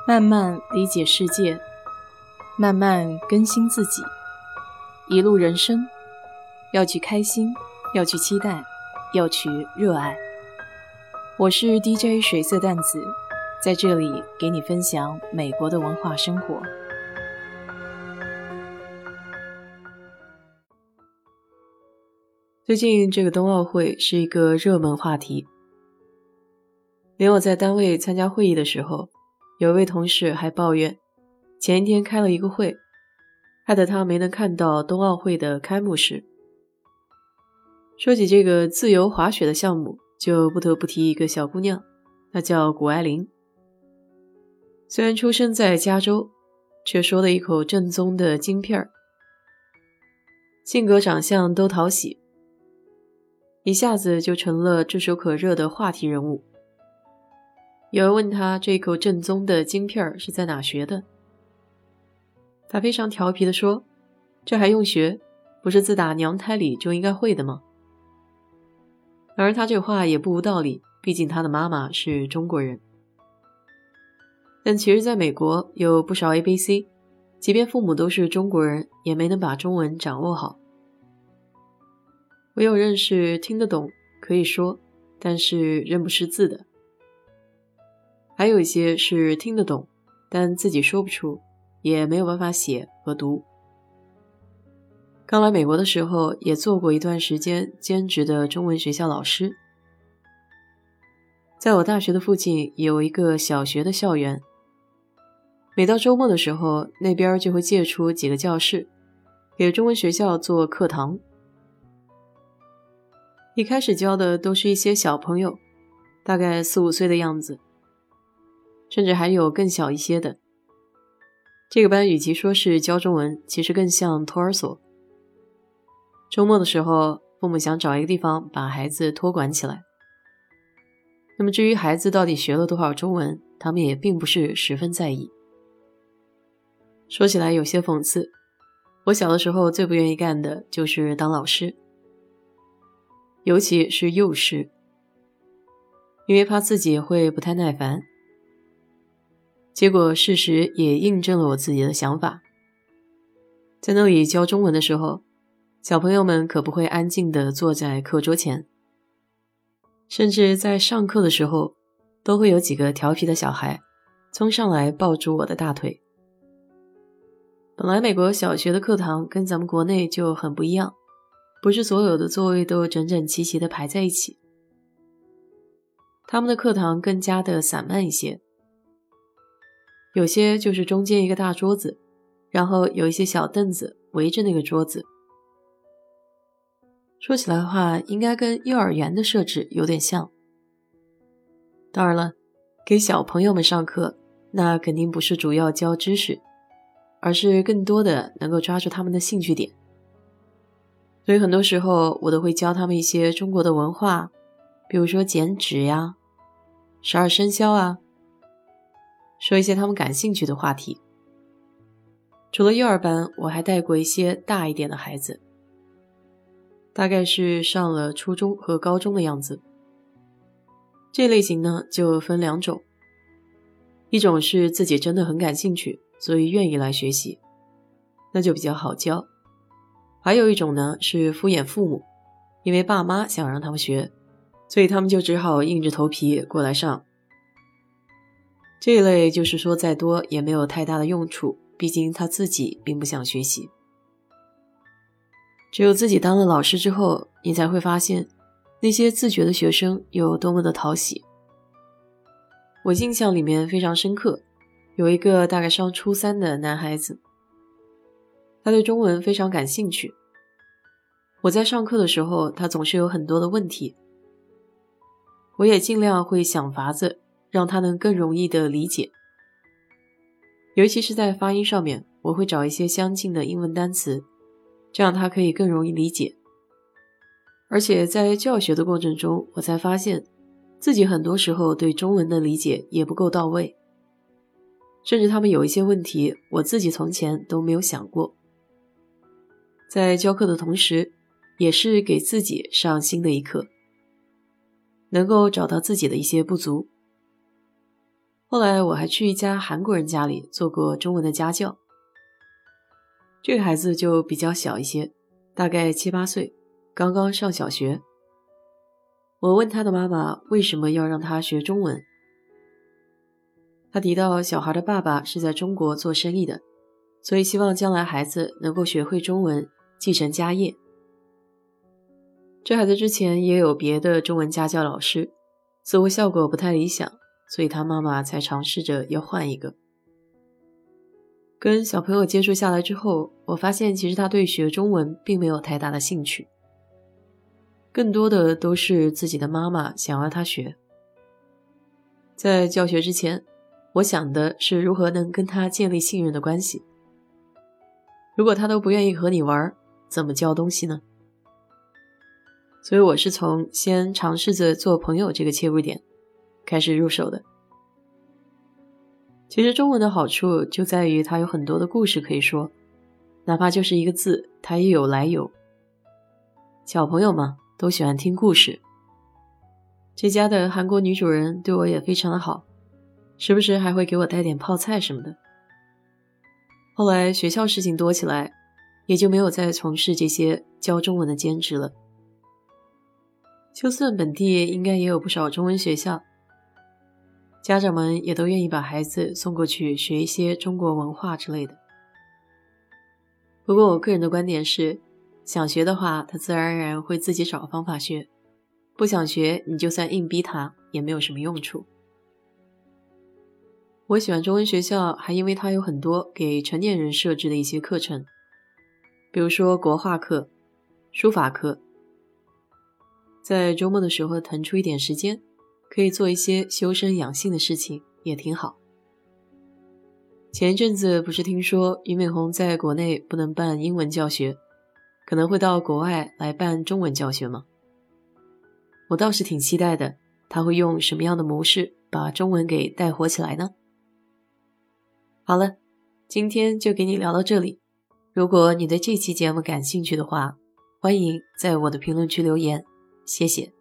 慢慢理解世界，慢慢更新自己。一路人生，要去开心，要去期待，要去热爱。我是 DJ 水色淡子，在这里给你分享美国的文化生活。最近这个冬奥会是一个热门话题，连我在单位参加会议的时候，有一位同事还抱怨，前一天开了一个会，害得他没能看到冬奥会的开幕式。说起这个自由滑雪的项目，就不得不提一个小姑娘，她叫谷爱凌。虽然出生在加州，却说了一口正宗的京片儿，性格长相都讨喜，一下子就成了炙手可热的话题人物。有人问他这口正宗的京片儿是在哪学的，他非常调皮地说，这还用学，不是自打娘胎里就应该会的吗？而他这话也不无道理，毕竟他的妈妈是中国人。但其实在美国有不少 ABC， 即便父母都是中国人，也没能把中文掌握好。我有认识听得懂可以说，但是认不识字的，还有一些是听得懂，但自己说不出，也没有办法写和读。刚来美国的时候，也做过一段时间兼职的中文学校老师。在我大学的附近有一个小学的校园，每到周末的时候，那边就会借出几个教室，给中文学校做课堂。一开始教的都是一些小朋友，大概4、5岁的样子，甚至还有更小一些的。这个班与其说是教中文，其实更像托儿所。周末的时候，父母想找一个地方把孩子托管起来。那么至于孩子到底学了多少中文，他们也并不是十分在意。说起来有些讽刺，我小的时候最不愿意干的就是当老师，尤其是幼师，因为怕自己会不太耐烦。结果事实也印证了我自己的想法。在那里教中文的时候，小朋友们可不会安静地坐在课桌前，甚至在上课的时候，都会有几个调皮的小孩冲上来抱住我的大腿。本来美国小学的课堂跟咱们国内就很不一样，不是所有的座位都整整齐齐地排在一起，他们的课堂更加的散漫一些，有些就是中间一个大桌子，然后有一些小凳子围着那个桌子。说起来的话，应该跟幼儿园的设置有点像。当然了，给小朋友们上课，那肯定不是主要教知识，而是更多的能够抓住他们的兴趣点。所以很多时候我都会教他们一些中国的文化，比如说剪纸呀、12生肖啊，说一些他们感兴趣的话题。除了幼儿班，我还带过一些大一点的孩子，大概是上了初中和高中的样子。这类型呢就分2种，一种是自己真的很感兴趣，所以愿意来学习，那就比较好教。还有一种呢是敷衍父母，因为爸妈想让他们学，所以他们就只好硬着头皮过来上。这一类就是说再多也没有太大的用处，毕竟他自己并不想学习。只有自己当了老师之后，你才会发现那些自觉的学生有多么的讨喜。我印象里面非常深刻，有一个大概上初3的男孩子，他对中文非常感兴趣。我在上课的时候，他总是有很多的问题，我也尽量会想法子让他能更容易的理解。尤其是在发音上面，我会找一些相近的英文单词，这样他可以更容易理解。而且在教学的过程中，我才发现自己很多时候对中文的理解也不够到位，甚至他们有一些问题我自己从前都没有想过。在教课的同时，也是给自己上新的一课，能够找到自己的一些不足。 后来我还去一家韩国人家里做过中文的家教。这个孩子就比较小一些，大概7、8岁，刚刚上小学。我问他的妈妈为什么要让他学中文。他提到小孩的爸爸是在中国做生意的，所以希望将来孩子能够学会中文，继承家业。这孩子之前也有别的中文家教老师，似乎效果不太理想，所以他妈妈才尝试着要换一个。跟小朋友接触下来之后，我发现其实他对学中文并没有太大的兴趣，更多的都是自己的妈妈想要他学。在教学之前，我想的是如何能跟他建立信任的关系。如果他都不愿意和你玩，怎么教东西呢？所以我是从先尝试着做朋友这个切入点开始入手的。其实中文的好处就在于它有很多的故事可以说，哪怕就是一个字，它也有来由。小朋友嘛，都喜欢听故事。这家的韩国女主人对我也非常的好，时不时还会给我带点泡菜什么的。后来学校事情多起来，也就没有再从事这些教中文的兼职了。休斯顿本地应该也有不少中文学校，家长们也都愿意把孩子送过去学一些中国文化之类的。不过我个人的观点是，想学的话他自然而然会自己找方法学，不想学你就算硬逼他也没有什么用处。我喜欢中文学校还因为它有很多给成年人设置的一些课程，比如说国画课、书法课。在周末的时候腾出一点时间，可以做一些修身养性的事情，也挺好。前一阵子不是听说俞敏洪在国内不能办英文教学，可能会到国外来办中文教学吗？我倒是挺期待的，他会用什么样的模式把中文给带火起来呢？好了，今天就给你聊到这里。如果你对这期节目感兴趣的话，欢迎在我的评论区留言，谢谢。